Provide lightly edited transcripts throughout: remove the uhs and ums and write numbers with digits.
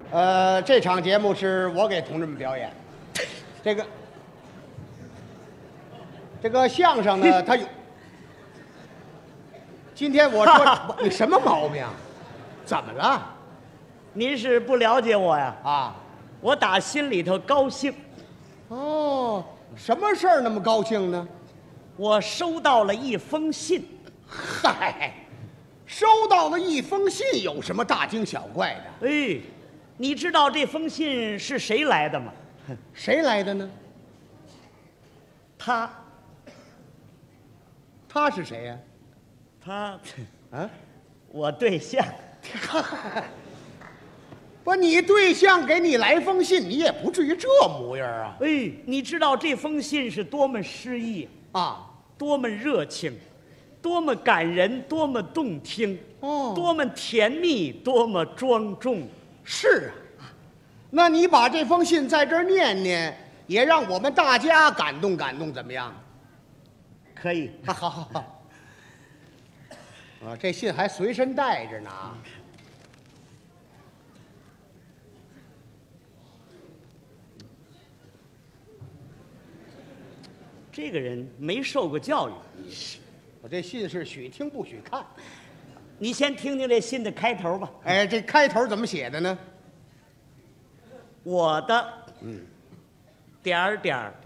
这场节目是我给同志们表演。这个相声呢，它有。今天我说你什么毛病？怎么了？ 您是不了解我呀？ 啊， 我打心里头高兴。 哦，什么事儿那么高兴呢？ 我收到了一封信。 嗨，收到了一封信，有什么大惊小怪的？ 哎，你知道这封信是谁来的吗？ 谁来的呢？ 他是谁呀？ 他， 啊， 我对象。 不，你对象给你来封信，你也不至于这模样啊！ 哎，你知道这封信是多么诗意啊， 多么热情，多么感人，多么动听， 哦多么甜蜜，多么庄重。 是啊，那你把这封信在这儿念念，也让我们大家感动感动，怎么样？ 可以。 好。啊，这信还随身带着呢。 这个人没受过教育。 我这信是许听不许看。 你先听听这信的开头吧。 哎，这开头怎么写的呢？ 我的，点儿点儿，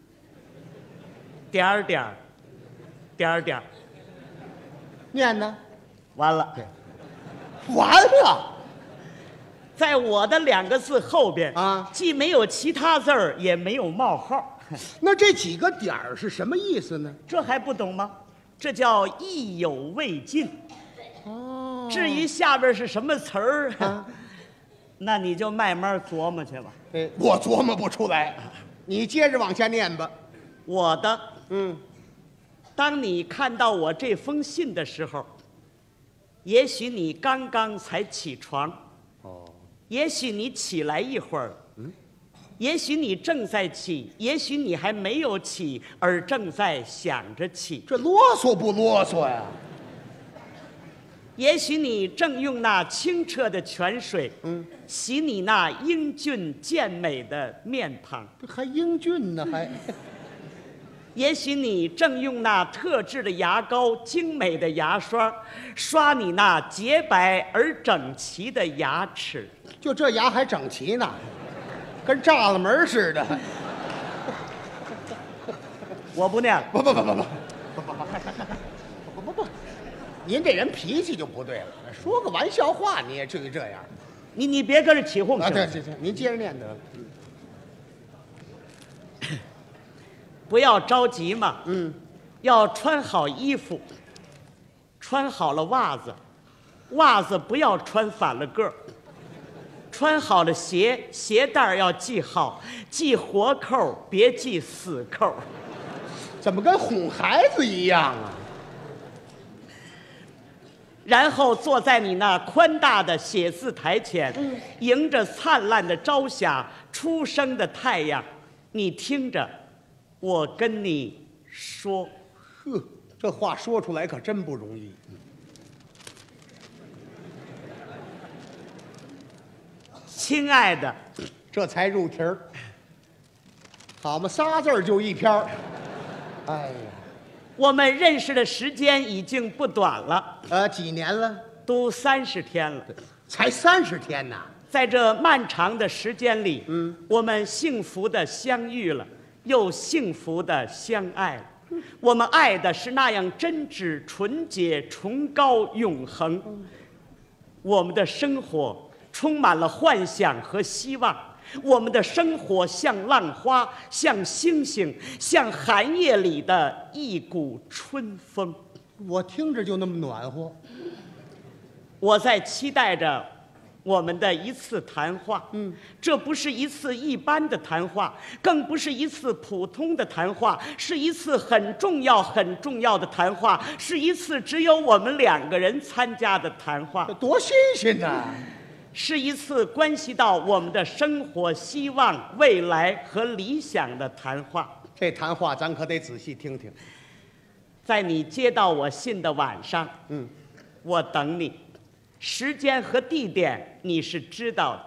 点儿点儿，点儿点儿， 念呢？ 完了。 完了。 在我的2个字后边啊既没有其他字儿，也没有冒号。 那这几个点儿是什么意思呢？ 这还不懂吗？这叫意犹未尽。 哦， 至于下边是什么词儿， 啊那你就慢慢琢磨去吧。 我琢磨不出来，你接着往下念吧。 我的， 嗯， 当你看到我这封信的时候，也许你刚刚才起床，也许你起来一会儿，也许你正在起，也许你还没有起，而正在想着起。 这啰嗦不啰嗦呀？ 也许你正用那清澈的泉水，洗你那英俊健美的面庞。 这还英俊呢，还。 也许你正用那特制的牙膏、精美的牙刷，刷你那洁白而整齐的牙齿。 就这牙还整齐呢，跟栅栏门似的。 我不念了。 不，您这人脾气就不对了，说个玩笑话你也至于这样？ 你别跟着起哄去。 对，您接着念得了。 不要着急嘛。要穿好衣服，穿好了袜子，袜子不要穿反了个儿。穿好了鞋，鞋带要系好，系活扣，别系死扣。 怎么跟哄孩子一样啊？ 然后坐在你那宽大的写字台前，迎着灿烂的朝霞、初升的太阳，你听着，我跟你说。 呵，这话说出来可真不容易。 亲爱的， 这才入题儿。好嘛，3字儿就一篇儿。哎呀， 我们认识的时间已经不短了， 几年了？ 都30天了。 才30天呐！ 在这漫长的时间里，我们幸福的相遇了，又幸福的相爱了。我们爱的是那样真挚、纯洁、崇高、永恒。我们的生活充满了幻想和希望，我们的生活像浪花，像星星，像寒夜里的一股春风。 我听着就那么暖和。 我在期待着我们的一次谈话。这不是一次一般的谈话，更不是一次普通的谈话，是一次很重要很重要的谈话，是一次只有我们2个人参加的谈话。 这多新鲜呐！ 是一次关系到我们的生活、希望、未来和理想的谈话。 这谈话咱可得仔细听听。 在你接到我信的晚上，我等你，时间和地点你是知道的。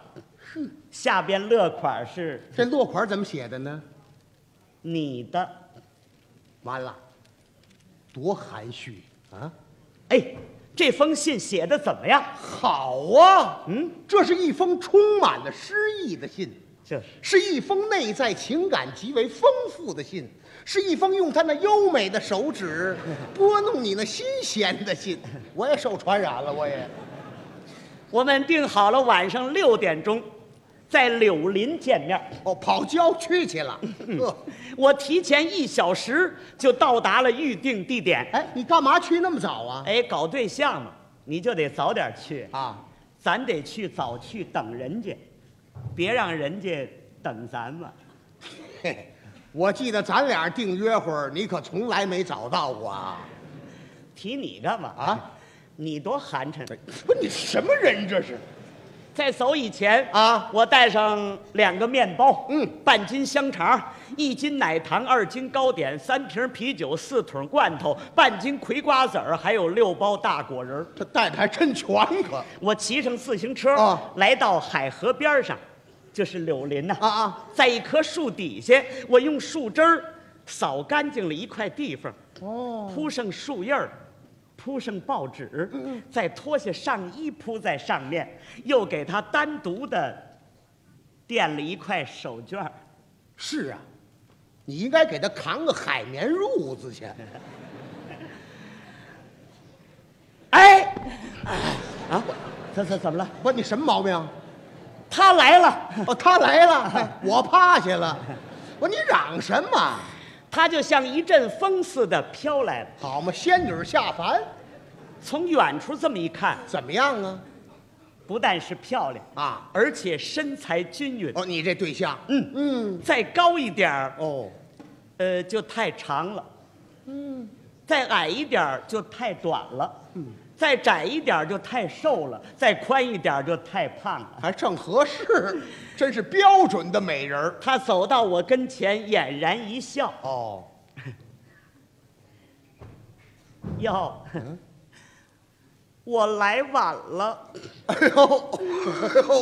下边落款是这落款怎么写的呢？ 你的。 完了，多含蓄啊！ 哎，这封信写的怎么样？ 好啊，这是一封充满了诗意的信， 是一封内在情感极为丰富的信，是一封用他那优美的手指拨弄你那心弦的信。我也受传染了，我也。 我们定好了晚上6点钟，在柳林见面。 哦，跑郊区去了。 我提前1小时就到达了预定地点。 哎，你干嘛去那么早啊？ 哎，搞对象嘛，你就得早点去啊， 咱得早去等人家，别让人家等咱们。 嘿，我记得咱俩定约会儿，你可从来没找到我啊。 提你干嘛啊？ 你多寒碜！ 不，你什么人这是？ 在走以前啊， 我带上2个面包，半斤香肠，1斤奶糖，2斤糕点，3瓶啤酒，4桶罐头，半斤葵瓜子儿，还有6包大果仁。 这带的还真全可。 我骑上自行车来到海河边上，就是柳林呐。在一棵树底下，我用树枝儿扫干净了一块地方，铺上树叶儿。铺上报纸，再脱下上衣铺在上面，又给他单独的垫了一块手绢。 是啊，你应该给他扛个海绵褥子去。 哎，啊，怎么了？ 不，你什么毛病？ 他来了。 哦，他来了，我趴下了。我说你嚷什么？ 他就像一阵风似的飘来了。 好嘛，仙女下凡。 从远处这么一看， 怎么样啊？ 不但是漂亮啊， 而且身材均匀。 哦，你这对象， 再高一点儿， 哦， 就太长了。再矮一点儿就太短了。再窄一点儿就太瘦了，再宽一点儿就太胖了， 还正合适，真是标准的美人儿。 他走到我跟前，俨然一笑。 哦， 哟，我来晚了。 哎呦，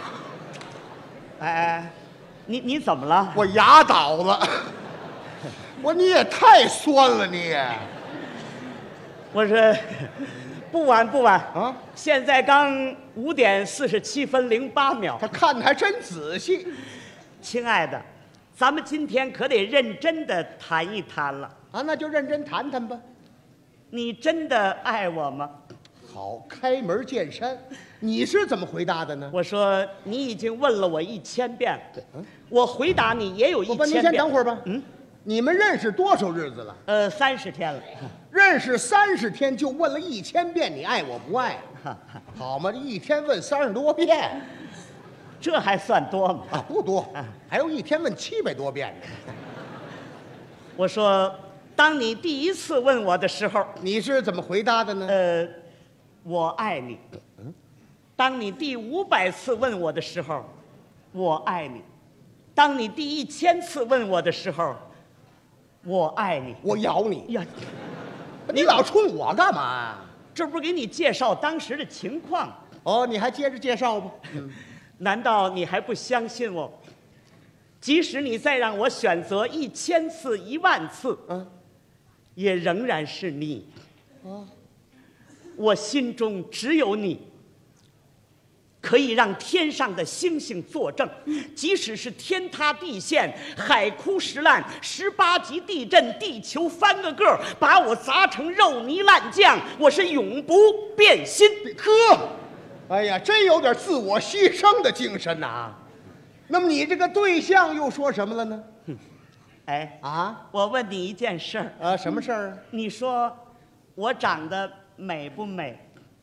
哎，你怎么了？ 我牙倒了。我说你也太酸了，你也。 我说。不晚啊！ 现在刚5点47分08秒。 他看的还真仔细。 亲爱的，咱们今天可得认真的谈一谈了啊！那就认真谈谈吧。 你真的爱我吗？ 好，开门见山。你是怎么回答的呢？ 我说你已经问了我1000遍了。我回答你也有1000遍。 您先等会儿吧。你们认识多少日子了 ？30天了。 认识30天就问了1000遍你爱我不爱？好嘛，这一天问30多遍， 这还算多吗？ 啊，不多，还有一天问700多遍呢。 我说，当你第1次问我的时候， 你是怎么回答的呢？ 我爱你。当你第500次问我的时候，我爱你。当你第1000次问我的时候，我爱你。 我咬你呀！ 你老冲我干嘛？ 这不是给你介绍当时的情况？ 哦，你还接着介绍吧。 难道你还不相信我？即使你再让我选择1000次、10000次，也仍然是你。我心中只有你，可以让天上的星星作证，即使是天塌地陷、海枯石烂、18级地震、地球翻个个，把我砸成肉泥烂酱，我是永不变心。 呵，哎呀，真有点自我牺牲的精神呐。那么你这个对象又说什么了呢？ 哎啊，我问你一件事儿。 什么事儿啊？ 你说我长得美不美？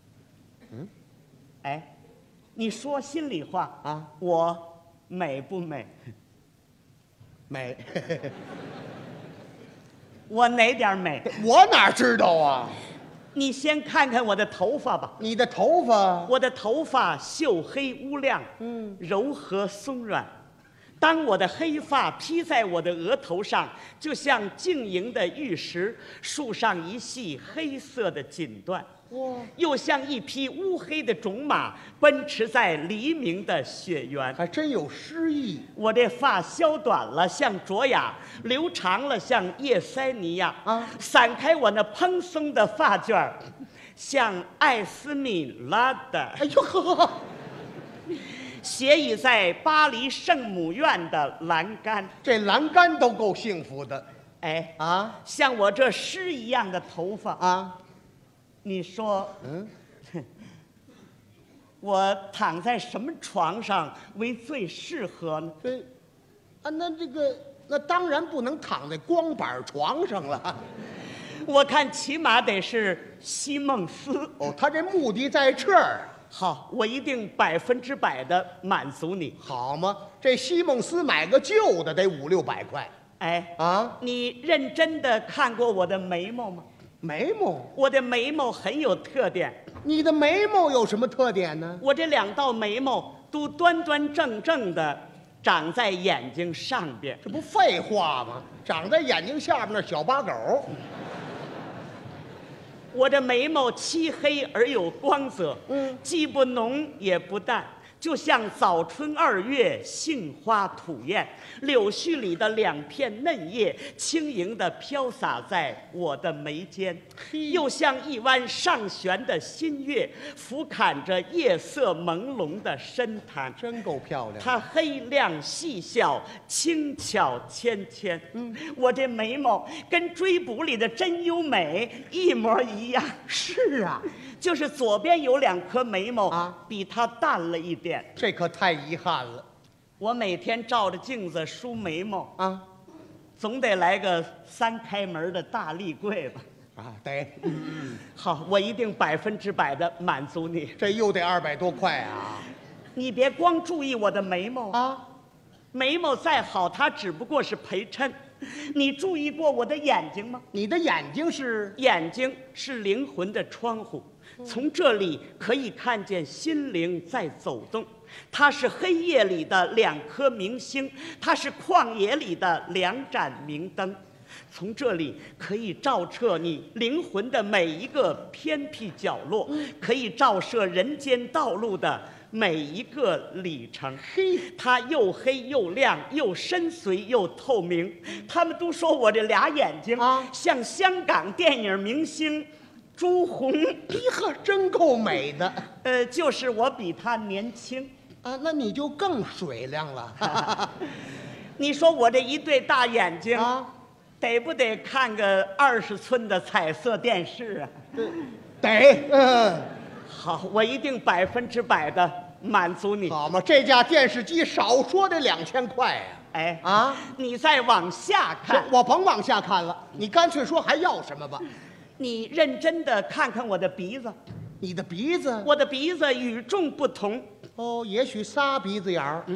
哎。你说心里话啊，我美不美？ 美。 我哪点美？ 我哪知道啊？ 你先看看我的头发吧。 你的头发？ 我的头发黝黑乌亮，柔和松软。当我的黑发披在我的额头上，就像晶莹的玉石，束上一系黑色的锦缎。 哇， 又像一匹乌黑的种马奔驰在黎明的雪原。 还真有诗意。 我这发削短了像卓雅，留长了像叶塞尼亚啊， 散开我那蓬松的发卷儿，像艾斯敏拉的。 哎呦呵， 斜倚在巴黎圣母院的栏杆。 这栏杆都够幸福的哎， 啊像我这诗一样的头发， 啊！ 你说嗯， 我躺在什么床上为最适合呢？ 这啊，那当然不能躺在光板床上了。 我看起码得是西梦思。 哦，他这目的在这儿， 好，我一定100%的满足你。 好吗？这西梦思买个旧的得500-600块哎， 啊！ 你认真的看过我的眉毛吗？ 眉毛， 我的眉毛很有特点， 你的眉毛有什么特点呢？ 我这2道眉毛都端端正正的长在眼睛上边。 这不废话吗？长在眼睛下边那小八狗。 我这眉毛漆黑而有光泽，既不浓也不淡，就像早春2月杏花吐艳，柳絮里的2片嫩叶轻盈地飘洒在我的眉间，又像一弯上旋的新月俯瞰着夜色朦胧的深潭。 真够漂亮。 它黑亮细小，轻巧纤纤。我这眉毛跟追捕里的真优美一模一样。 是啊， 就是左边有2颗眉毛啊， 比它淡了一点。 这可太遗憾了我每天照着镜子梳眉毛， 啊！ 总得来个3开门的大立柜吧。 啊，得， 好，我一定100%的满足你。 这又得200多块啊！ 你别光注意我的眉毛啊， 眉毛再好，它只不过是陪衬。你注意过我的眼睛吗？ 你的眼睛是眼睛是灵魂的窗户，从这里可以看见心灵在走动。它是黑夜里的2颗明星，它是旷野里的2盏明灯。从这里可以照彻你灵魂的每一个偏僻角落，可以照射人间道路的每一个里程。它又黑又亮，又深邃又透明。他们都说我这俩眼睛啊， 像香港电影明星朱红。 呵，真够美的就是我比他年轻。 啊！那你就更水亮了你说我这一对大眼睛啊！ 得不得看个20寸的彩色电视啊？ 得， 好，我一定100%的满足你。 好嘛，这架电视机少说得2000块呀！ 哎啊， 你再往下看， 我甭往下看了，你干脆说还要什么吧。 你认真的看看我的鼻子， 你的鼻子， 我的鼻子与众不同。 哦，也许仨鼻子眼儿。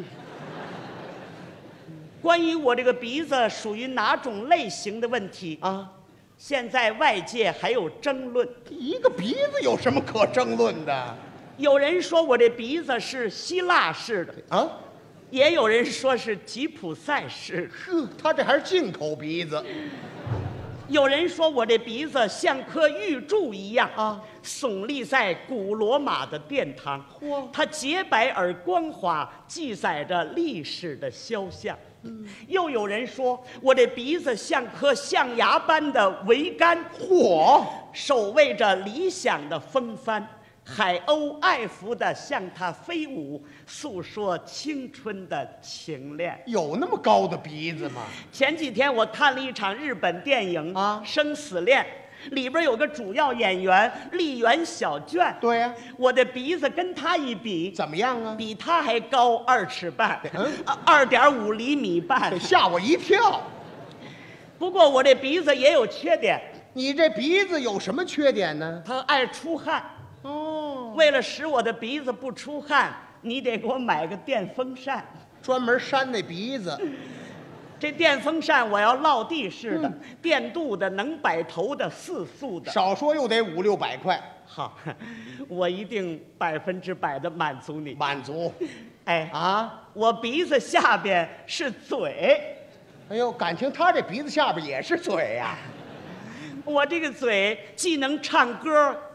关于我这个鼻子属于哪种类型的问题啊， 现在外界还有争论。 一个鼻子有什么可争论的有人说我这鼻子是希腊式的， 啊？ 也有人说是吉普赛式的。 呵，他这还是进口鼻子有人说我这鼻子像棵玉柱一样啊， 耸立在古罗马的殿堂。 嚯， 它洁白而光滑，记载着历史的肖像。又有人说我这鼻子像颗象牙般的桅杆， 嚯， 守卫着理想的风帆。海鸥爱抚地向它飞舞，诉说青春的情恋。 有那么高的鼻子吗？ 前几天我看了一场日本电影啊生死恋》，里边有个主要演员丽媛小娟。 对呀， 我的鼻子跟她一比， 怎么样啊？ 比她还高2尺半，2.5厘米半。 吓我一跳。 不过我这鼻子也有缺点， 你这鼻子有什么缺点呢？ 它爱出汗。 哦， 为了使我的鼻子不出汗，你得给我买个电风扇。 专门扇那鼻子。 这电风扇我要落地式的，电镀的，能摆头的，4速的。 少说又得500-600块。 好，我一定100%的满足你。 满足。 哎啊， 我鼻子下边是嘴， 哎呦，感情他这鼻子下边也是嘴呀、 我这个嘴既能唱歌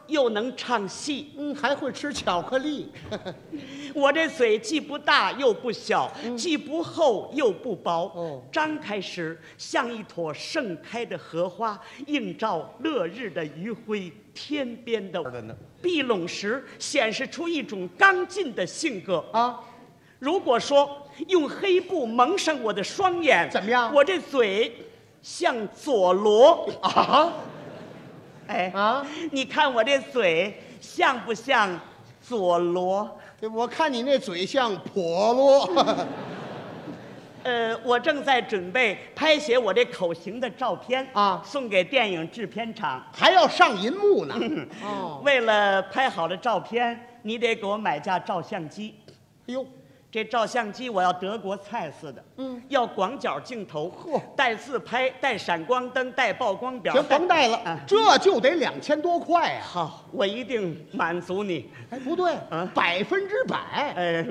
又能唱戏。 还会吃巧克力。 我这嘴既不大又不小，既不厚又不薄。张开时像一朵盛开的荷花，映照落日的余晖，天边的闭拢时显示出一种刚劲的性格啊。如果说用黑布蒙上我的双眼， 怎么样？ 我这嘴像佐罗啊！哎啊，你看我这嘴像不像佐罗？ 我看你那嘴像婆罗。 我正在准备拍写我这口型的照片啊，送给电影制片厂， 还要上银幕呢。 为了拍好了照片，你得给我买架照相机。 哎呦， 这照相机我要德国菜似的，要广角镜头，带自拍，带闪光灯，带曝光表。 行，甭带了，这就得2000多块啊！ 好，我一定满足你。 哎，不对，100%。 哎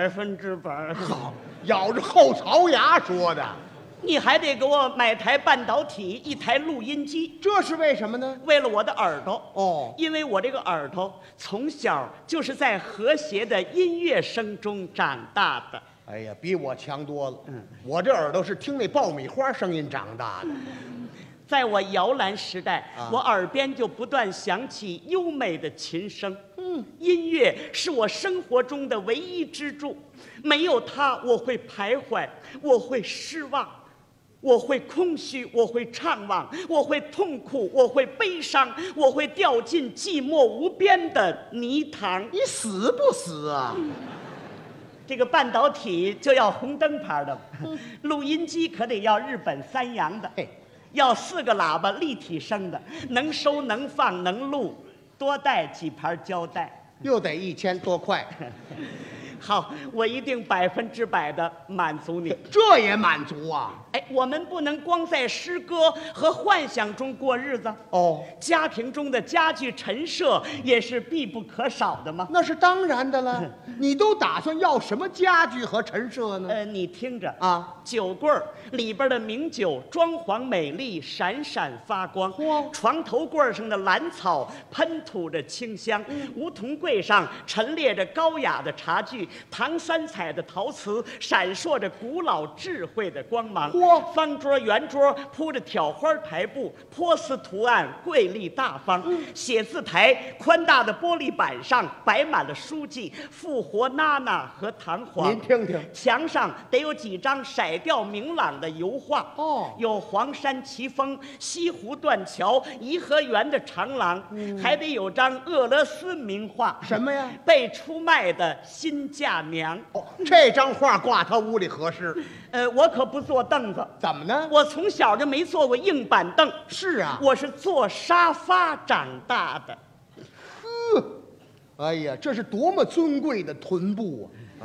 ，100%。 好，咬着后槽牙说的。 你还得给我买台半导体，一台录音机， 这是为什么呢？ 为了我的耳朵哦， 因为我这个耳朵从小就是在和谐的音乐声中长大的。 哎呀，比我强多了。我这耳朵是听那爆米花声音长大的。 在我摇篮时代，我耳边就不断响起优美的琴声。音乐是我生活中的唯一支柱，没有它，我会徘徊，我会失望。我会空虚，我会怅惘，我会痛苦，我会悲伤，我会掉进寂寞无边的泥塘。 你死不死啊？ 这个半导体就要红灯牌的，录音机可得要日本3洋的，要4个喇叭立体声的，能收能放能录，多带几盘胶带， 又得1000多块。 好，我一定100%的满足你。 这也满足啊？ 哎，我们不能光在诗歌和幻想中过日子哦。家庭中的家具陈设也是必不可少的嘛。 那是当然的了。你都打算要什么家具和陈设呢？ 你听着啊，酒柜里边的名酒装潢美丽，闪闪发光。床头柜上的兰草喷吐着清香，梧桐柜上陈列着高雅的茶具。唐三彩的陶瓷闪烁着古老智慧的光芒。方桌圆桌铺着挑花台布，波斯图案瑰丽大方。写字台宽大的玻璃板上摆满了书籍，复活娜娜和弹簧。 您听听， 墙上得有几张色调明朗的油画。有黄山奇峰、西湖断桥、颐和园的长廊，还得有张俄罗斯名画。 什么呀？ 被出卖的新嫁娘。 这张画挂他屋里合适。 我可不坐凳子。 怎么呢？ 我从小就没坐过硬板凳。 是啊， 我是坐沙发长大的。 哎呀，这是多么尊贵的臀部啊！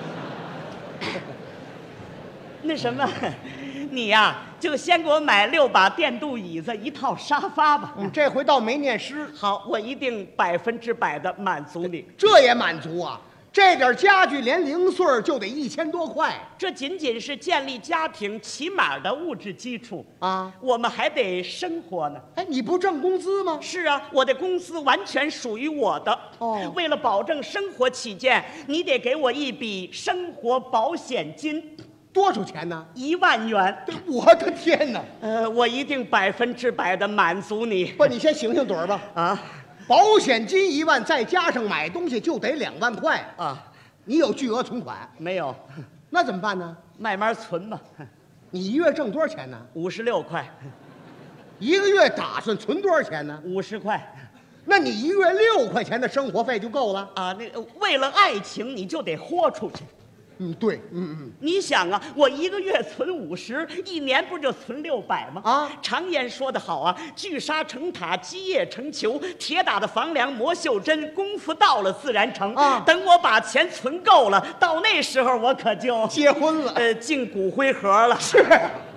那什么，你呀，就先给我买6把电镀椅子，1套沙发吧。 这回倒没念诗。 好，我一定100%的满足你。 这也满足啊？这点家具连零碎就得1000多块， 这仅仅是建立家庭起码的物质基础啊！ 我们还得生活呢。 哎，你不挣工资吗？ 是啊，我的工资完全属于我的。为了保证生活起见，你得给我一笔生活保险金。 多少钱呢 ？1万元。 我的天哪！ 我一定100%的满足你。 不，你先醒醒盹吧。啊！保险金1万，再加上买东西就得2万块啊！你有巨额存款没有？ 那怎么办呢？ 慢慢存吧。 你一月挣多少钱呢 ？56块。 一个月打算存多少钱呢 ？50块。 那你一月6块钱的生活费就够了啊？为了爱情，你就得豁出去。 对， 你想啊，我一个月存50，一年不就存600吗？啊，常言说得好啊，聚沙成塔，积业成裘，铁打的房梁磨袖珍，功夫到了自然成。啊，等我把钱存够了，到那时候我可就结婚了， 进骨灰盒了。 是。